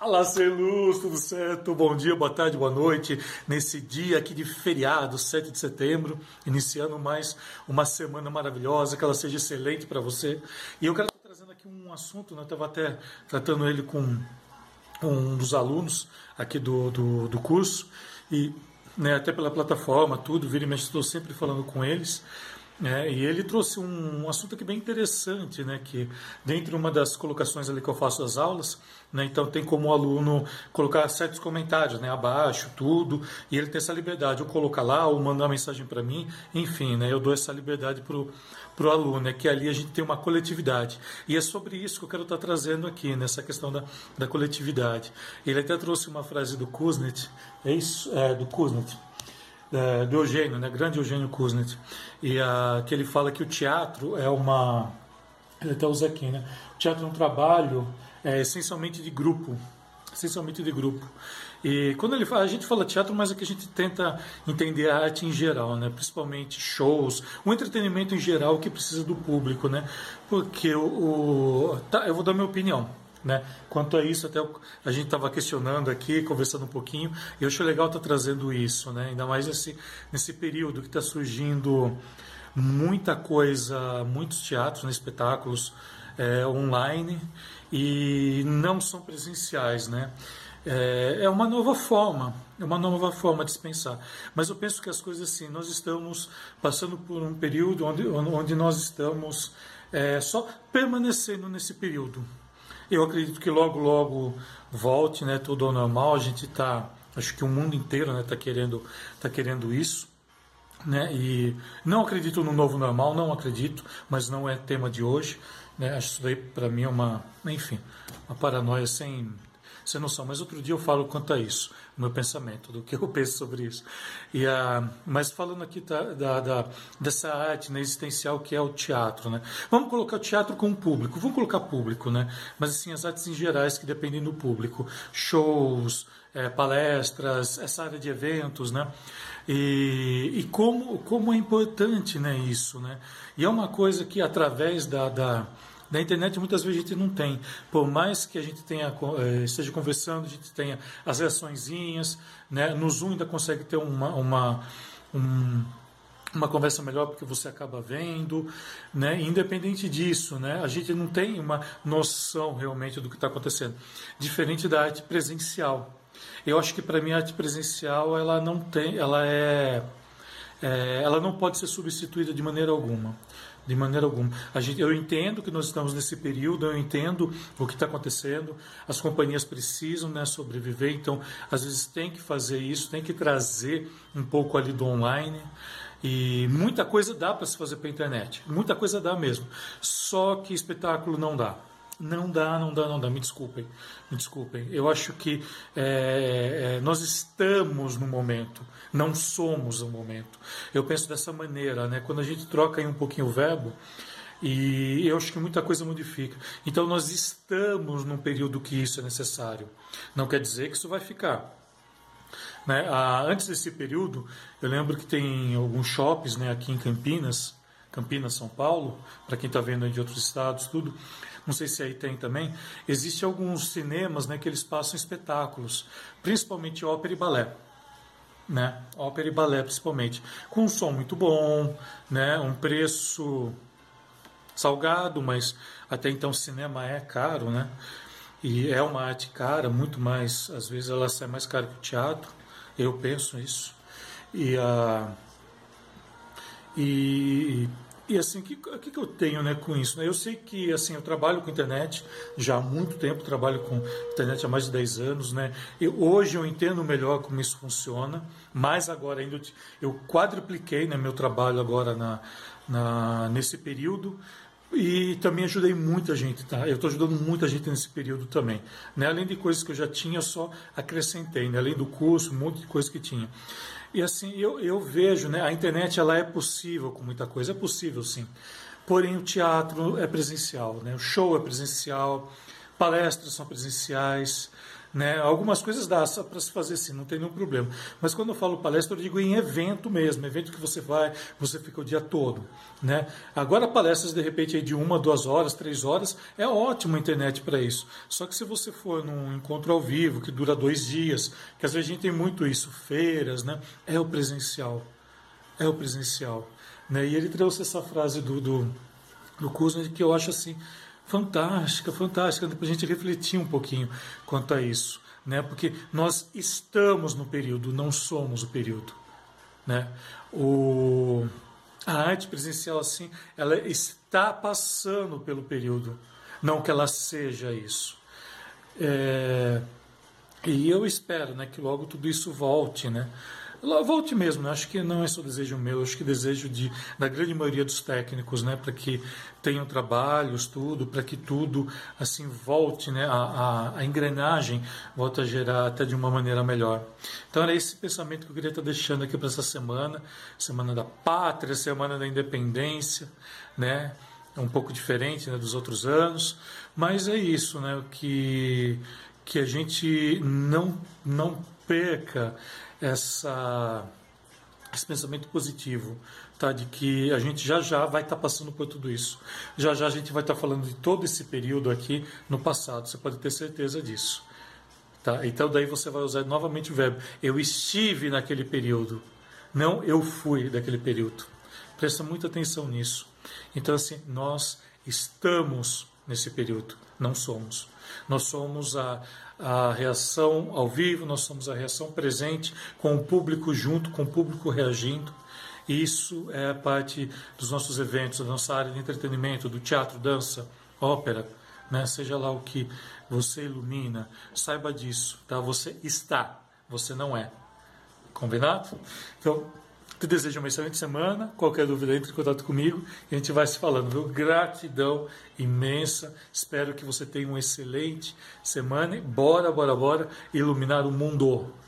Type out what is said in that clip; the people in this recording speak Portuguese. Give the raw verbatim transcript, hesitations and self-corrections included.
Fala, Celuz, tudo certo? Bom dia, boa tarde, boa noite. Nesse dia aqui de feriado, sete de setembro, iniciando mais uma semana maravilhosa, que ela seja excelente para você. E eu quero estar trazendo aqui um assunto, né? Eu estava até tratando ele com um dos alunos aqui do, do, do curso, e né, até pela plataforma, tudo, vira e mexe, estou sempre falando com eles. É, e ele trouxe um, um assunto aqui bem interessante, né, que dentro de uma das colocações ali que eu faço das aulas, né, então tem como o aluno colocar certos comentários, né, abaixo, tudo, e ele tem essa liberdade, ou colocar lá, ou mandar uma mensagem para mim, enfim, né, eu dou essa liberdade para o aluno, é que ali a gente tem uma coletividade. E é sobre isso que eu quero estar trazendo aqui, nessa questão da, da coletividade. Ele até trouxe uma frase do Kuznets, é isso? É, do Kuznets. É, do Eugênio, né, grande Eugênio Kuznets, e a, que ele fala que o teatro é uma, ele até usa aqui, né, o teatro é um trabalho é, essencialmente de grupo, essencialmente de grupo. E quando ele fala, a gente fala teatro, mas aqui a gente tenta entender a arte em geral, né, principalmente shows, o entretenimento em geral que precisa do público, né, porque o, o tá, eu vou dar minha opinião. Né? Quanto a isso, até a gente estava questionando aqui, conversando um pouquinho, e eu acho legal estar tá trazendo isso, né? Ainda mais nesse, nesse período que está surgindo muita coisa, muitos teatros, né? Espetáculos é, online e não são presenciais, né? É, é uma nova forma, é uma nova forma de se pensar. Mas eu penso que as coisas assim, nós estamos passando por um período onde, onde nós estamos é, só permanecendo nesse período. Eu acredito que logo, logo volte, né, tudo ao normal. A gente está, acho que o mundo inteiro está, né, querendo, tá querendo isso. Né, e não acredito no novo normal, não acredito, mas não é tema de hoje. Né, acho que isso daí para mim é uma, enfim, uma paranoia sem, sem noção. Mas outro dia eu falo quanto a isso, o meu pensamento, do que eu penso sobre isso. E, a, mas falando aqui da, da, da, dessa arte, né, existencial que é o teatro. Né? Vamos colocar o teatro com o público, vamos colocar público, né? Mas assim, as artes em gerais que dependem do público. Shows, é, palestras, essa área de eventos, né? E, e como, como é importante, né, isso. Né? E é uma coisa que através da... da Na internet muitas vezes a gente não tem. Por mais que a gente tenha, esteja conversando, a gente tenha as reaçõezinhas, né? No Zoom ainda consegue ter uma, uma, um, uma conversa melhor porque você acaba vendo, né? Independente disso, né? A gente não tem uma noção realmente do que está acontecendo. Diferente da arte presencial. Eu acho que para mim a arte presencial ela não tem, ela é, é ela não pode ser substituída de maneira alguma. De maneira alguma. A gente, eu entendo que nós estamos nesse período, eu entendo o que está acontecendo, as companhias precisam, né, sobreviver, então às vezes tem que fazer isso, tem que trazer um pouco ali do online, e muita coisa dá para se fazer pela internet, muita coisa dá mesmo, só que espetáculo não dá. Não dá, não dá, não dá, me desculpem, me desculpem. Eu acho que é, é, nós estamos no momento, não somos no momento. Eu penso dessa maneira, né? Quando a gente troca aí um pouquinho o verbo, e eu acho que muita coisa modifica. Então nós estamos num período que isso é necessário. Não quer dizer que isso vai ficar. Né? Ah, antes desse período, eu lembro que tem alguns shoppings, né, aqui em Campinas, Campinas, São Paulo, para quem está vendo aí de outros estados, tudo. Não sei se aí tem também. Existem alguns cinemas, né, que eles passam espetáculos, principalmente ópera e balé. Né? Ópera e balé, principalmente. Com um som muito bom, né? Um preço salgado, mas até então o cinema é caro, né? E é uma arte cara, muito mais, às vezes ela sai mais cara que o teatro. Eu penso isso. E a. E, e assim, o que, que, que eu tenho, né, com isso? Né? Eu sei que assim, eu trabalho com internet já há muito tempo, trabalho com internet há mais de dez anos. Né? Eu, hoje eu entendo melhor como isso funciona, mas agora ainda eu, eu quadrupliquei, né, meu trabalho agora na, na, nesse período. E também ajudei muita gente, tá? Eu estou ajudando muita gente nesse período também. Né? Além de coisas que eu já tinha, eu só acrescentei, né? Além do curso, um monte de coisa que tinha. E assim, eu, eu vejo, né? A internet ela é possível com muita coisa, é possível sim. Porém, o teatro é presencial, né? O show é presencial, palestras são presenciais, né? Algumas coisas dá para se fazer assim, não tem nenhum problema. Mas quando eu falo palestra, eu digo em evento mesmo, evento que você vai, você fica o dia todo, né? Agora palestras de repente aí de uma, duas horas, três horas, é ótimo a internet para isso. Só que se você for num encontro ao vivo, que dura dois dias, que às vezes a gente tem muito isso, feiras, né? É o presencial, é o presencial, né? E ele trouxe essa frase do, do, do Kuznets que eu acho assim, fantástica, fantástica, para a gente refletir um pouquinho quanto a isso, né? Porque nós estamos no período, não somos o período, né? O, a arte presencial, assim, ela está passando pelo período, não que ela seja isso. É, e eu espero, né, que logo tudo isso volte, né? Volte mesmo, né? Acho que não é só desejo meu, acho que desejo de, da grande maioria dos técnicos, né? Para que tenham trabalhos, tudo, para que tudo assim volte, né? A, a, a engrenagem volte a gerar até de uma maneira melhor. Então era esse pensamento que eu queria estar deixando aqui para essa semana, semana da pátria, semana da independência, né? É um pouco diferente, né, dos outros anos, mas é isso, né? Que, que a gente não, não perca essa, esse pensamento positivo, tá? De que a gente já já vai estar passando por tudo isso. Já já a gente vai estar falando de todo esse período aqui no passado, você pode ter certeza disso. Tá? Então daí você vai usar novamente o verbo eu estive naquele período, não eu fui daquele período. Presta muita atenção nisso. Então assim, nós estamos nesse período, não somos. Nós somos a, a reação ao vivo, nós somos a reação presente, com o público junto, com o público reagindo. Isso é parte dos nossos eventos, da nossa área de entretenimento, do teatro, dança, ópera, né? Seja lá o que você ilumina, saiba disso, tá? Você está, você não é. Combinado? Então, te desejo uma excelente semana. Qualquer dúvida, entre em contato comigo e a gente vai se falando, viu? Gratidão imensa. Espero que você tenha uma excelente semana. Bora, bora, bora iluminar o mundo.